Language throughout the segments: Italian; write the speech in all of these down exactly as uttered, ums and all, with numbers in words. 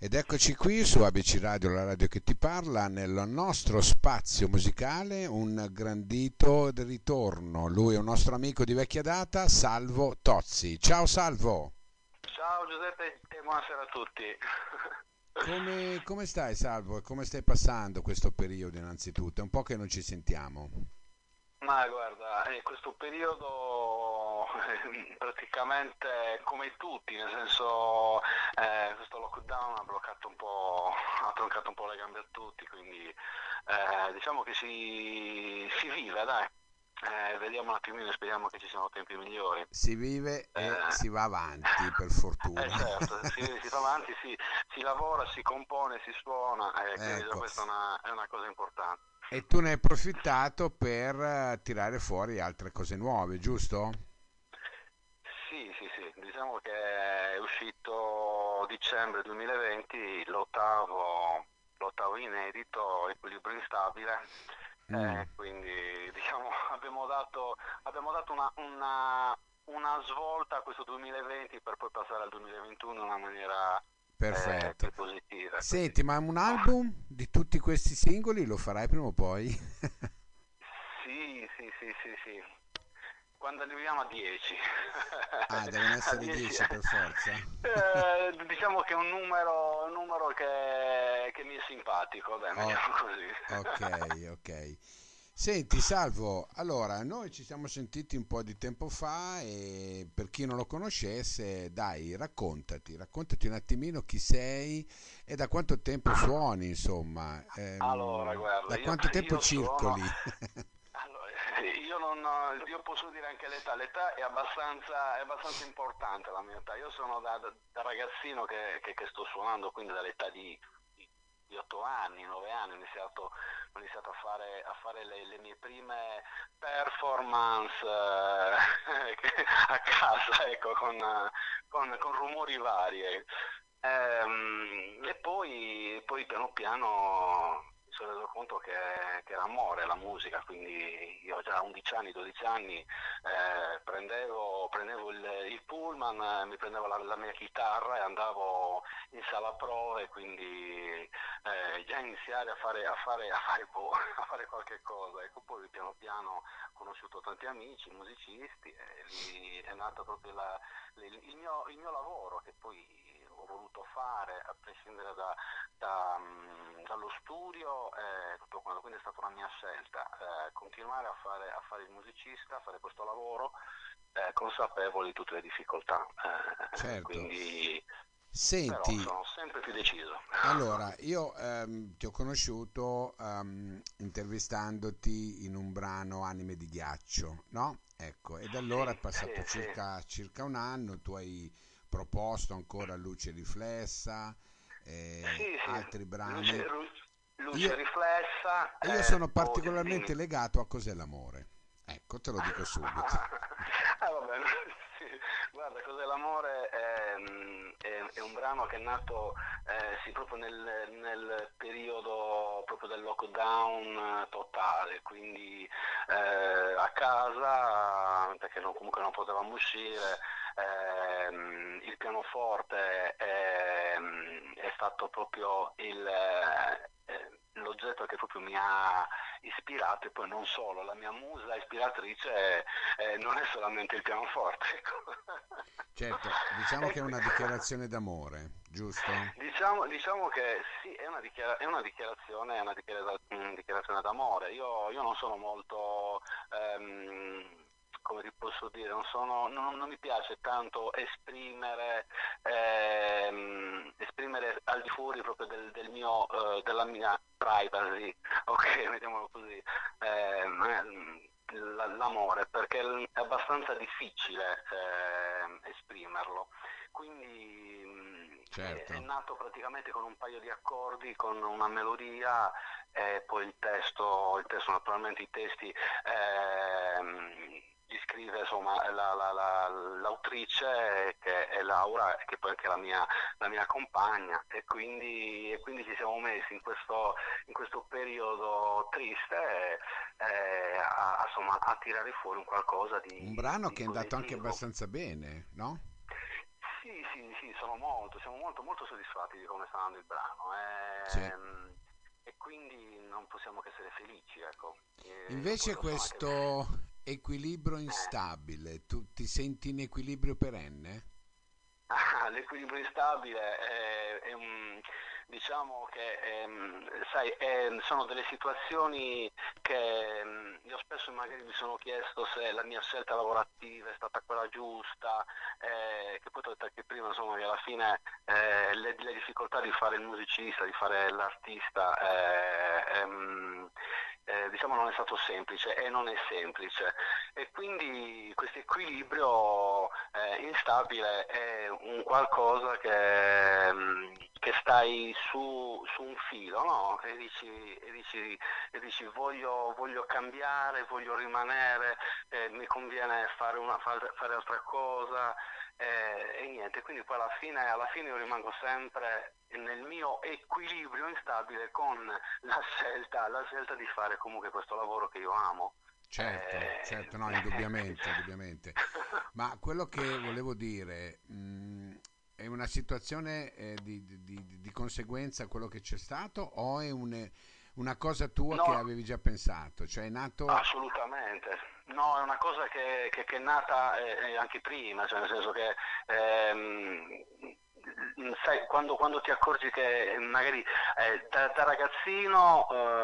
Ed eccoci qui su A B C Radio, la radio che ti parla, nel nostro spazio musicale, un grandito ritorno. Lui è un nostro amico di vecchia data, Salvo Tozzi. Ciao Salvo! Ciao Giuseppe e buonasera a tutti. Come, come stai Salvo e come stai passando questo periodo innanzitutto? È un po' che non ci sentiamo. Ma guarda, eh, questo periodo eh, praticamente come tutti, nel senso eh, questo lockdown ha bloccato un po', ha troncato un po' le gambe a tutti, quindi eh, diciamo che si, si vive, dai. Eh, vediamo un attimino e speriamo che ci siano tempi migliori. Si vive e Eh, si va avanti, per eh fortuna. certo, si, si fa avanti, si, si lavora, si compone, si suona, e quindi già Ecco. questa è una, è una cosa importante. E tu ne hai approfittato per eh, tirare fuori altre cose nuove, giusto? Sì, sì, sì, diciamo che è uscito dicembre duemilaventi l'ottavo, l'ottavo inedito, Equilibrio instabile, Mm. eh, quindi diciamo abbiamo dato, abbiamo dato una, una- una svolta a questo duemilaventi per poi passare al duemilaventuno in una maniera eh, Perfetto. più positiva. Quindi, Senti, ma un oh, album di tutti questi singoli lo farai prima o poi? sì, sì, sì, sì, sì. Quando arriviamo a dieci, Ah, devono a essere dieci, dieci per forza? eh, diciamo che è un numero, un numero che, che mi è simpatico, dai, Oh, mettiamo così. ok, ok. Senti, Salvo, allora, noi ci siamo sentiti un po' di tempo fa e per chi non lo conoscesse, dai, raccontati, raccontati un attimino chi sei e da quanto tempo suoni, insomma, Allora, ehm, guarda, da io, quanto tempo io sono, circoli. allora, io non, ho- io posso dire anche l'età, l'età è abbastanza, è abbastanza importante la mia età. Io sono da, da- da ragazzino che, che- che sto suonando, quindi dall'età di, di, di otto anni, nove anni, ho iniziato, ho iniziato a fare, a fare le, le mie prime performance eh, a casa, ecco, con, con- con rumori vari. eh. Ehm, e poi, poi piano piano mi sono reso conto che, che era amore la musica, quindi io già a undici anni, dodici anni eh, prendevo, prendevo il, il pullman, eh, mi prendevo la, la mia chitarra e andavo in sala prove, quindi eh, già iniziare a fare, a fare, a fare, boh, a fare qualche cosa. Ecco, poi piano piano ho conosciuto tanti amici, musicisti, e lì è nato proprio la- il, il mio, il mio lavoro che poi ho voluto fare a prescindere da, da, mh, dallo studio, eh, tutto quanto. Quindi è stata una mia scelta, eh, continuare a fare, a fare il musicista, a fare questo lavoro, eh, consapevole di tutte le difficoltà, eh, Certo. quindi però Senti, sono sempre più deciso. allora, io ehm, ti ho conosciuto ehm, intervistandoti in un brano Anime di ghiaccio, no? Ecco, e da allora Sì, è passato sì, sì. circa, circa un anno, tu hai proposto ancora Luce riflessa, eh, Sì, sì, altri brani. luce, ru- luce Io, riflessa, e io eh, sono oh, dimmi, dimmi. particolarmente legato a Cos'è l'amore. Ecco, te lo dico subito. Ah, va bene, sì. Guarda, Cos'è l'amore è, mm, è- è un brano che è nato eh, sì, proprio nel, nel periodo proprio del lockdown eh, totale, quindi eh, a casa, perché non- comunque non potevamo uscire, ehm, il pianoforte è, è stato proprio il, eh, eh, l'oggetto che proprio mi ha ispirato, e poi non solo, la mia musa ispiratrice è- è- non è solamente il pianoforte. Ecco. Certo, diciamo che è E qui- una dichiarazione d'amore, giusto? Diciamo, diciamo che sì, è una, dichiara- è una dichiarazione, è una dichiara- mm, dichiarazione d'amore. Io, io non sono molto, ehm, come ti posso dire, non, sono- non- non mi piace tanto esprimere, ehm, esprimere al di fuori proprio del, del mio, eh, della mia privacy, ok, mettiamolo così, ehm, eh, l- l'amore, perché è abbastanza difficile ehm, esprimerlo. Quindi mh, è, è Certo. nato praticamente con un paio di accordi, con una melodia e poi il testo, il testo naturalmente i testi ehm, li scrive insomma la- la- la- l'autrice che è Laura, che poi è anche la mia, la mia compagna, e quindi, e quindi ci siamo messi in questo, in questo periodo triste eh, a, insomma, a tirare fuori un qualcosa Un di, brano di che è andato anche positivo. abbastanza bene, no? Sì, sì, sì, sono molto, siamo molto, molto soddisfatti di come sta andando il brano Sì. ehm, e quindi non possiamo che essere felici, ecco. E io poi Invece lo so anche... questo equilibrio Eh, instabile, tu ti senti in equilibrio perenne? Ah, l'equilibrio instabile è, è un, diciamo che ehm, sai, ehm, sono delle situazioni che ehm, io spesso magari mi sono chiesto se la mia scelta lavorativa è stata quella giusta, eh, che poi ti ho detto anche prima, insomma, che alla fine eh, le, le difficoltà di fare il musicista, di fare l'artista, eh, ehm, eh, diciamo non è stato semplice e non è semplice. E quindi questo equilibrio eh, instabile è un qualcosa che, mm, che stai su, su un filo, no? E dici, e dici, e dici voglio, voglio cambiare, voglio rimanere, eh, mi conviene fare, una, fare, fare altra cosa. Eh, e niente, quindi poi alla fine, alla fine io rimango sempre nel mio equilibrio instabile con la scelta, la scelta di fare comunque questo lavoro che io amo. Certo, Eh, certo, no, indubbiamente, indubbiamente. Ma quello che volevo dire, mh, è una situazione eh, di, di- di- di conseguenza a quello che c'è stato o è un- una cosa tua che no, avevi già pensato? Cioè è nato... assolutamente. No, è una cosa che, che- che è nata eh, eh, anche prima, cioè nel senso che ehm, sai, quando, quando ti accorgi che magari eh, da, da ragazzino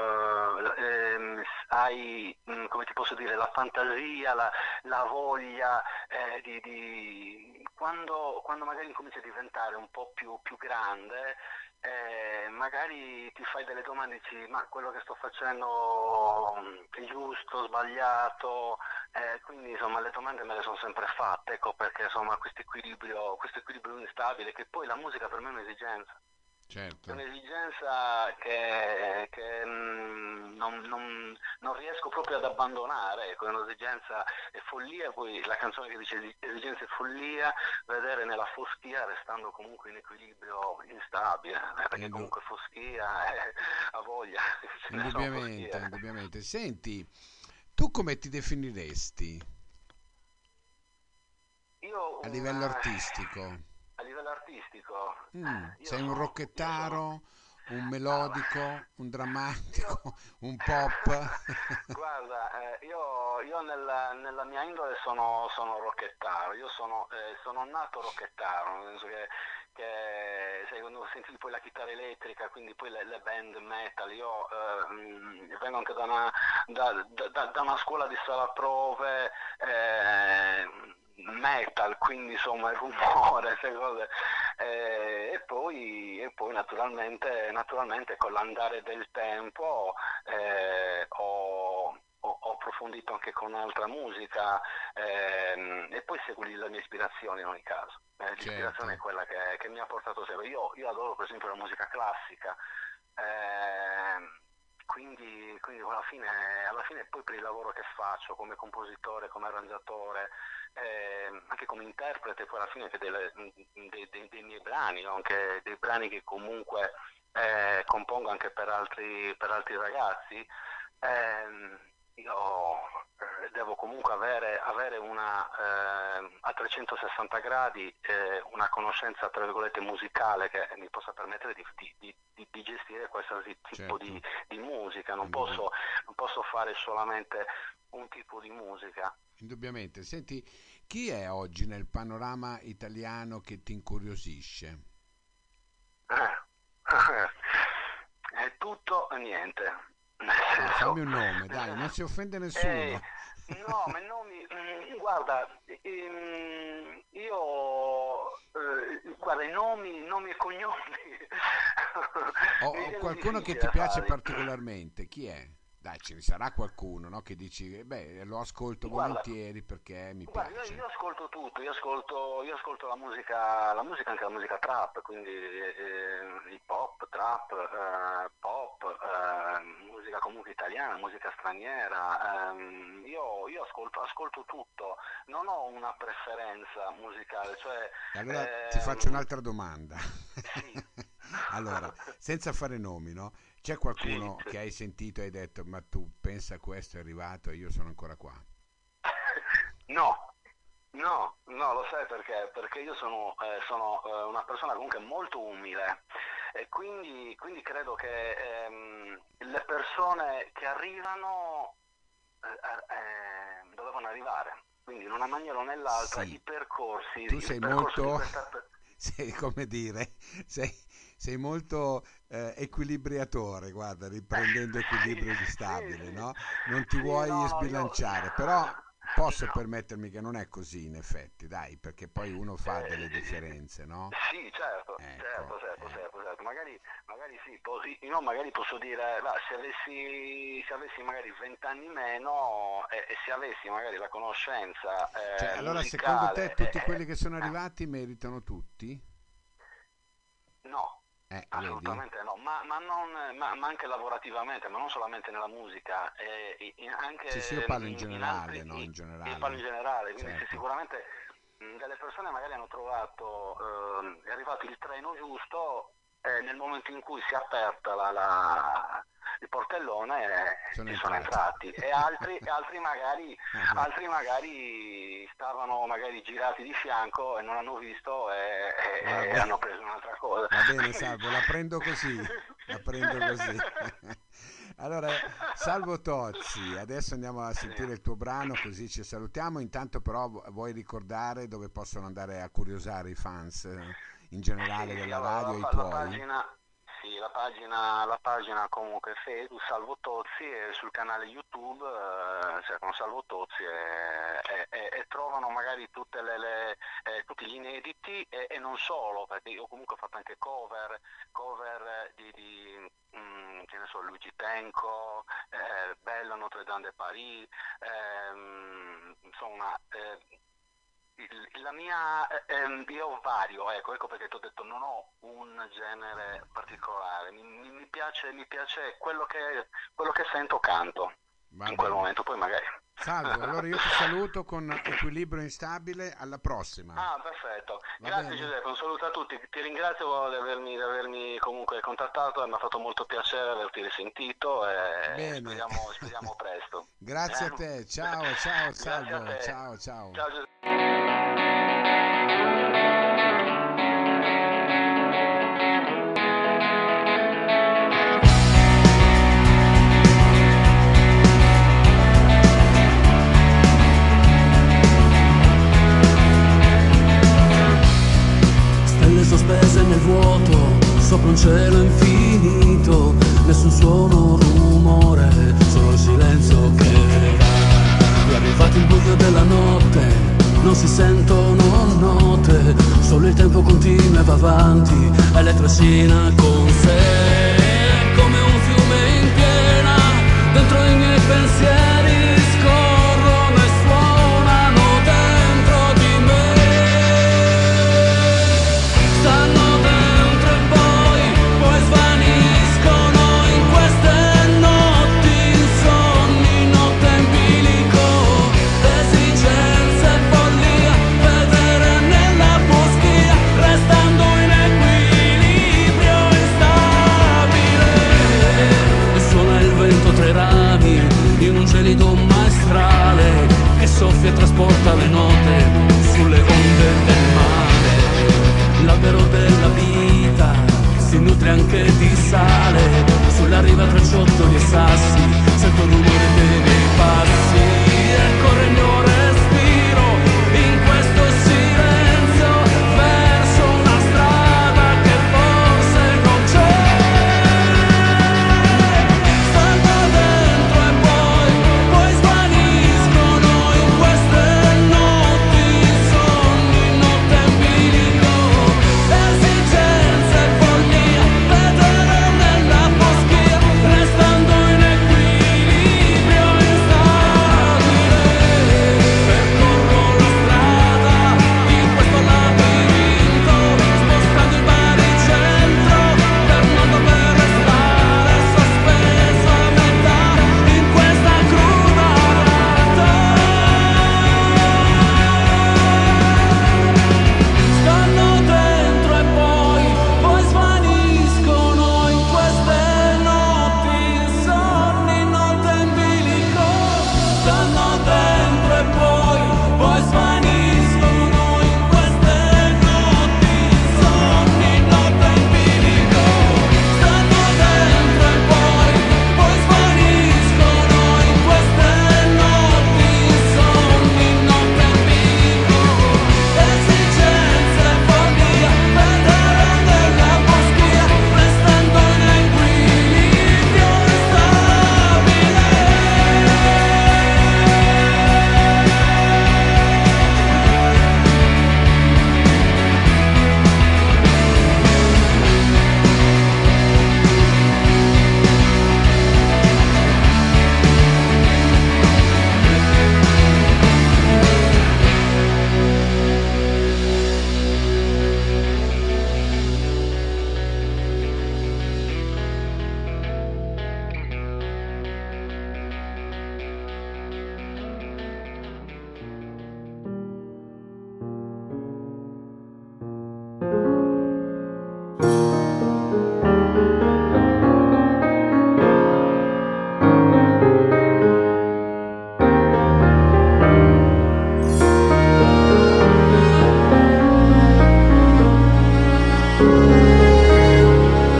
eh, ehm, hai, mh, come ti posso dire, la fantasia, la, la voglia eh, di, di- Quando, quando magari incominci a diventare un po' più, più grande, eh, magari ti fai delle domande e dici, ma quello che sto facendo mm, è giusto, sbagliato? Eh, quindi insomma le domande me le sono sempre fatte, ecco perché insomma questo equilibrio, questo equilibrio instabile, che poi la musica per me è un'esigenza. È Certo, un'esigenza che, che, mm, non, non- non riesco proprio ad abbandonare, ecco, è un'esigenza, è follia, poi la canzone che dice esigenza e follia, vedere nella foschia restando comunque in equilibrio instabile, eh, perché indu- comunque foschia eh, ha voglia, ce ne sono indubbiamente, foschie. indubbiamente. Senti, tu come ti definiresti Io a livello una, artistico? a livello artistico, Mm, eh, io sei un sono, io sono, rockettaro, un ah, melodico, un io, drammatico, un pop? guarda, eh, io, io nella, nella mia indole sono, sono rockettaro, io sono, eh, sono nato rockettaro, nel senso che, che sai, quando senti poi la chitarra elettrica, quindi poi le, le band metal, io eh, mh, vengo anche da una, da, da- da una scuola di sala prove eh, metal, quindi insomma il rumore, queste cose. Eh, e poi, e poi naturalmente, naturalmente con l'andare del tempo eh, ho, ho- ho approfondito anche con altra musica ehm, e poi segui la mia ispirazione in ogni caso. Eh, l'ispirazione è Certo, quella che, che mi ha portato sempre. Io, io adoro per esempio la musica classica, ehm, quindi, quindi alla fine, alla fine poi per il lavoro che faccio come compositore, come arrangiatore, ehm, anche come interprete poi alla fine anche delle- dei, dei- dei miei brani, no? Anche dei brani che comunque eh, compongo anche per altri, per altri ragazzi, ehm, io eh, devo comunque avere, avere una, ehm, a trecentosessanta gradi eh, una conoscenza, tra virgolette, musicale che mi possa permettere di, di- di- di- di gestire qualsiasi tipo di, certo, di musica. Non indubbi- posso, non posso fare solamente un tipo di musica. indubbiamente. Senti, chi è oggi nel panorama italiano che ti incuriosisce? È tutto e niente. Nel Dai, fammi senso, un nome, nel dai, non senso, si offende eh, nessuno. no, ma nomi, mm, guarda, ehm, io, eh, guarda, i nomi, nomi e cognomi O, mi o viene qualcuno che ti difficile piace farli. particolarmente, chi è? Dai, ce ne sarà qualcuno, no? Che dici, eh, beh, lo ascolto Guarda, volentieri perché mi Guarda, io, io piace. ascolto tutto, io ascolto, io ascolto la musica, la musica anche la musica trap, quindi eh, hip hop, trap, eh, pop, eh, musica comunque italiana, musica straniera. ehm, io io ascolto, ascolto tutto, non ho una preferenza musicale, cioè E allora ti faccio ehm, un'altra domanda. sì, Allora, senza fare nomi, no? C'è sì, qualcuno sì. che hai sentito e hai detto, ma tu pensa questo è arrivato e io sono ancora qua? No, No, no, lo sai perché? Perché io sono, eh, sono eh, una persona comunque molto umile e quindi, quindi credo che ehm, le persone che arrivano eh, eh, dovevano arrivare. Quindi in una maniera o nell'altra Sì, i percorsi, tu il sei percorso di molto, questa... per- sei come dire, sei, sei molto eh, equilibriatore, guarda, riprendendo Sì, equilibrio sì, stabile, sì, no? Non ti sì, vuoi no, no, io... sbilanciare, però posso No. permettermi che non è così in effetti, dai, perché poi uno fa delle Eh, differenze, no? sì, certo, Ecco, certo, certo, eh. certo, certo. Magari, magari sì, po- io magari posso dire, va, se avessi, se avessi magari vent'anni meno e, e se avessi magari la conoscenza Cioè, eh, allora secondo te musicale, eh, tutti quelli che sono eh, eh, arrivati meritano tutti? no, Eh, vedi? assolutamente no, ma, ma non, ma, ma anche lavorativamente, ma non solamente nella musica, eh, in- Sì, sì, io anche parlo in in, in generale, altri, no? in- In io parlo in generale, generale, quindi sì, certo. sicuramente mh, delle persone magari hanno trovato, ehm, è arrivato il treno giusto e nel momento in cui si è aperta la, la- il portellone eh, Sono ci sono entrati. entrati e altri, e altri magari Vabbè, altri magari stavano magari girati di fianco e non hanno visto e, e- e vabbè. hanno preso un'altra cosa. Va bene, Quindi... Salvo, la prendo così. La prendo così. Allora, Salvo Tozzi, adesso andiamo a Sì. sentire il tuo brano, così ci salutiamo. Intanto però vu- vuoi ricordare dove possono andare a curiosare i fans eh, in generale Sì, sì, della allora radio la, e i pa- la tuoi? pagina, sì, la pagina, la pagina comunque Facebook Salvo Tozzi e sul canale YouTube eh, cercano Salvo Tozzi e, e- e- e trovano magari tutte le, le- eh, tutti gli inediti e, e non solo, perché io comunque ho fatto anche cover, cover di, di mm, che ne so, Luigi Tenco, eh, Bella Notre Dame de Paris, ehm, insomma... eh, il- La mia, eh, ehm, io ho vario, ecco, ecco perché ti ho detto non ho un genere particolare, mi, mi- mi piace, mi piace quello che, quello che sento canto Va in quel bene. momento, poi magari. Salvo, allora io ti saluto con equilibrio instabile, alla prossima. Ah, perfetto. Va Grazie bene? Giuseppe, un saluto a tutti. Ti ringrazio di avermi, di avermi comunque contattato e mi ha fatto molto piacere averti risentito e Bene. speriamo, speriamo presto. Grazie a Eh? te. Ciao, ciao, Grazie a Salvo. te. Ciao, ciao. Ciao Giuseppe. Stelle sospese nel vuoto, sopra un cielo infinito, nessun suono, rumore, solo il silenzio che va. È arrivato il buio della notte, non si sentono note, solo il tempo continua e va avanti e le trascina con sé. Come un fiume in piena, dentro i miei pensieri scorrono e suonano dentro di me. Stanno dentro e poi, poi svaniscono in queste notti insonni, notte in bilico, esigenza e follia, vedere nella boschia, restando in equilibrio instabile. E suona il vento tra i rami, in un gelido maestrale, che soffia e trasporta le note sulle onde del mare. L'albero della vita si nutre anche di sale, sulla riva tra ciottoli e sassi